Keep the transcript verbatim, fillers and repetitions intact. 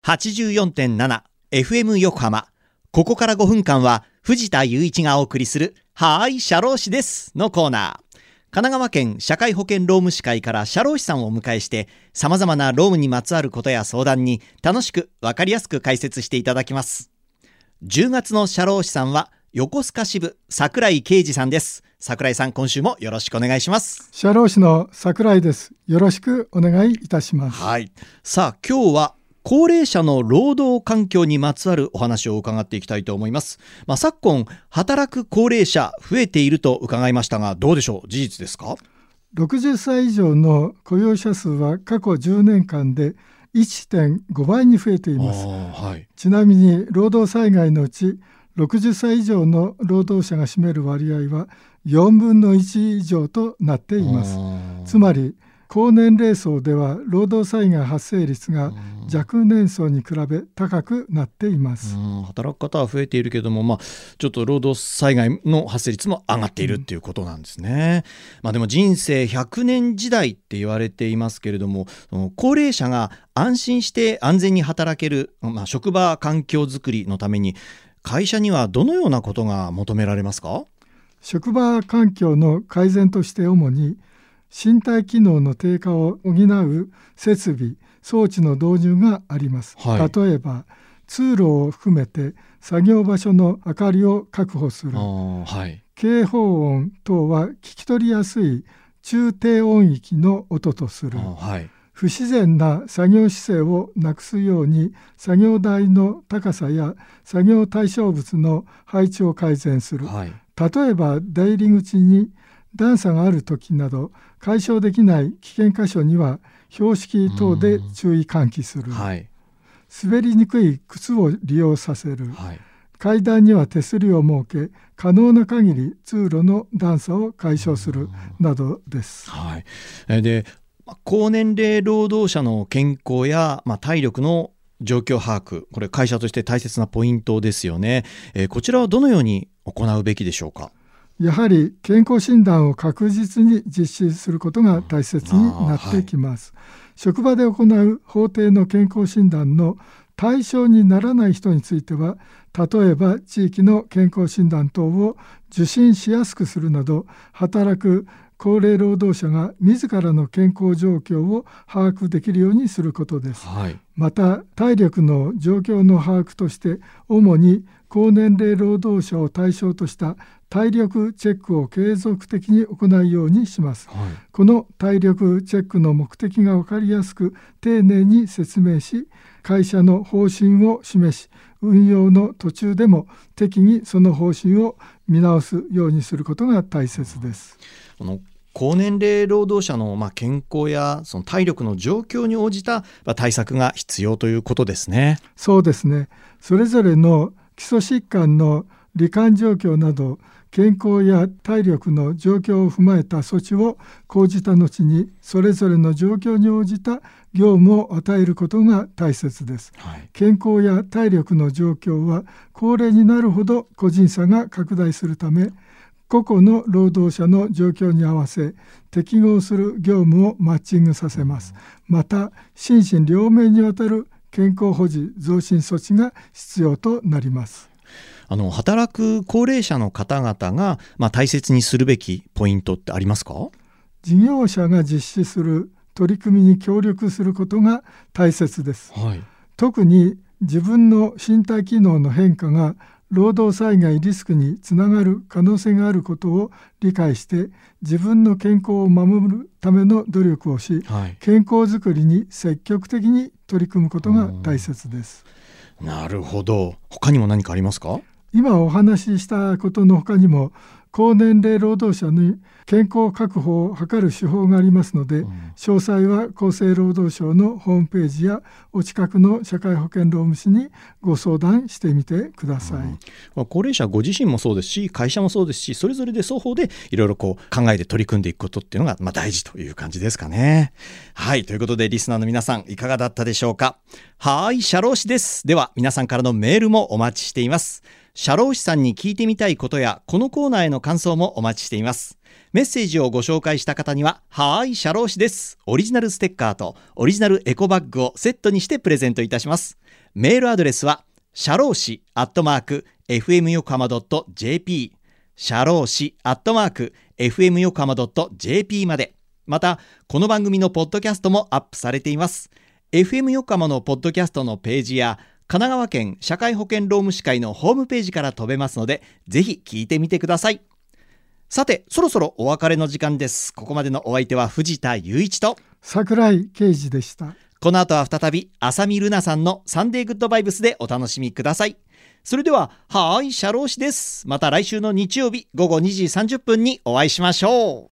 はちじゅうよんてんななエフエム 横浜。ここからごふんかんは藤田雄一がお送りするはーい社労士ですのコーナー。神奈川県社会保険労務士会から社労士さんをお迎えして、様々な労務にまつわることや相談に楽しく分かりやすく解説していただきます。じゅうがつの社労士さんは横須賀支部櫻井啓二さんです。櫻井さん、今週もよろしくお願いします。 社労士の櫻井です。よろしくお願いいたします。 はい。さあ、今日は高齢者の労働環境にまつわるお話を伺っていきたいと思います。まあ、昨今働く高齢者増えていると伺いましたが、どうでしょう、事実ですか？ ろくじゅっさい以上の雇用者数は過去じゅうねんかんで いってんごばいに増えています。はい、ちなみに労働災害のうちろくじゅっさい以上の労働者が占める割合はよんぶんのいち以上となっています。つまり高年齢層では労働災害発生率が若年層に比べ高くなっています。 うん、働く方は増えているけども、まあ、ちょっと労働災害の発生率も上がっているっていうことなんですね。うんまあ、でも人生ひゃくねん時代って言われていますけれども、高齢者が安心して安全に働ける、まあ、職場環境づくりのために会社にはどのようなことが求められますか？ 職場環境の改善として主に身体機能の低下を補う設備・装置の導入があります。はい、例えば通路を含めて作業場所の明かりを確保する、はい、警報音等は聞き取りやすい中低音域の音とする、はい、不自然な作業姿勢をなくすように作業台の高さや作業対象物の配置を改善する、はい、例えば出入り口に段差があるときなど解消できない危険箇所には標識等で注意喚起する、はい、滑りにくい靴を利用させる、はい、階段には手すりを設け可能な限り通路の段差を解消するなどです。 はい、で高年齢労働者の健康や、まあ、体力の状況把握、これ会社として大切なポイントですよね。えー、こちらはどのように行うべきでしょうか？ やはり健康診断を確実に実施することが大切になってきます。はい、職場で行う法定の健康診断の対象にならない人については、例えば地域の健康診断等を受診しやすくするなど、働く高齢労働者が自らの健康状況を把握できるようにすることです。はい、また体力の状況の把握として、主に高年齢労働者を対象とした体力チェックを継続的に行うようにします。はい、この体力チェックの目的が分かりやすく丁寧に説明し、会社の方針を示し、運用の途中でも適宜その方針を見直すようにすることが大切です。 この高年齢労働者のまあ健康やその体力の状況に応じた対策が必要ということですね。 そうですね。それぞれの基礎疾患の罹患状況など健康や体力の状況を踏まえた措置を講じた後に、それぞれの状況に応じた業務を与えることが大切です。はい、健康や体力の状況は高齢になるほど個人差が拡大するため、個々の労働者の状況に合わせ適合する業務をマッチングさせます。また心身両面にわたる健康保持増進措置が必要となります。 あの働く高齢者の方々が、まあ、大切にするべきポイントってありますか？ 事業者が実施する取り組みに協力することが大切です。はい、特に自分の身体機能の変化が労働災害リスクにつながる可能性があることを理解して、自分の健康を守るための努力をし、はい、健康づくりに積極的に取り組むことが大切です。 なるほど。他にも何かありますか？ 今お話ししたことの他にも、高年齢労働者に健康確保を図る手法がありますので、うん、詳細は厚生労働省のホームページやお近くの社会保険労務士にご相談してみてください。うんまあ、高齢者ご自身もそうですし、会社もそうですし、それぞれで双方でいろいろこう考えて取り組んでいくことっていうのがまあ大事という感じですかね。はい、ということでリスナーの皆さんいかがだったでしょうか。はい、社労士です。では皆さんからのメールもお待ちしています。 社労士さんに聞いてみたいことやこのコーナーへの感想もお待ちしています。メッセージをご紹介した方にははーい社労士ですオリジナルステッカーとオリジナルエコバッグをセットにしてプレゼントいたします。メールアドレスは社労士アットマーク エフエム 横浜 ドット ジェーピー 社労士アットマーク エフエム 横浜 ドット ジェーピー まで。またこの番組のポッドキャストもアップされています。 エフエム 横浜のポッドキャストのページや神奈川県社会保険労務士会のホームページから飛べますので、ぜひ聞いてみてください。さて、そろそろお別れの時間です。ここまでのお相手は藤田雄一と櫻井啓二でした。 この後は再び浅見ルナさんのサンデーグッドバイブスでお楽しみください。それでは、はーい社労士です。また来週の日曜日午後にじさんじゅっぷんにお会いしましょう。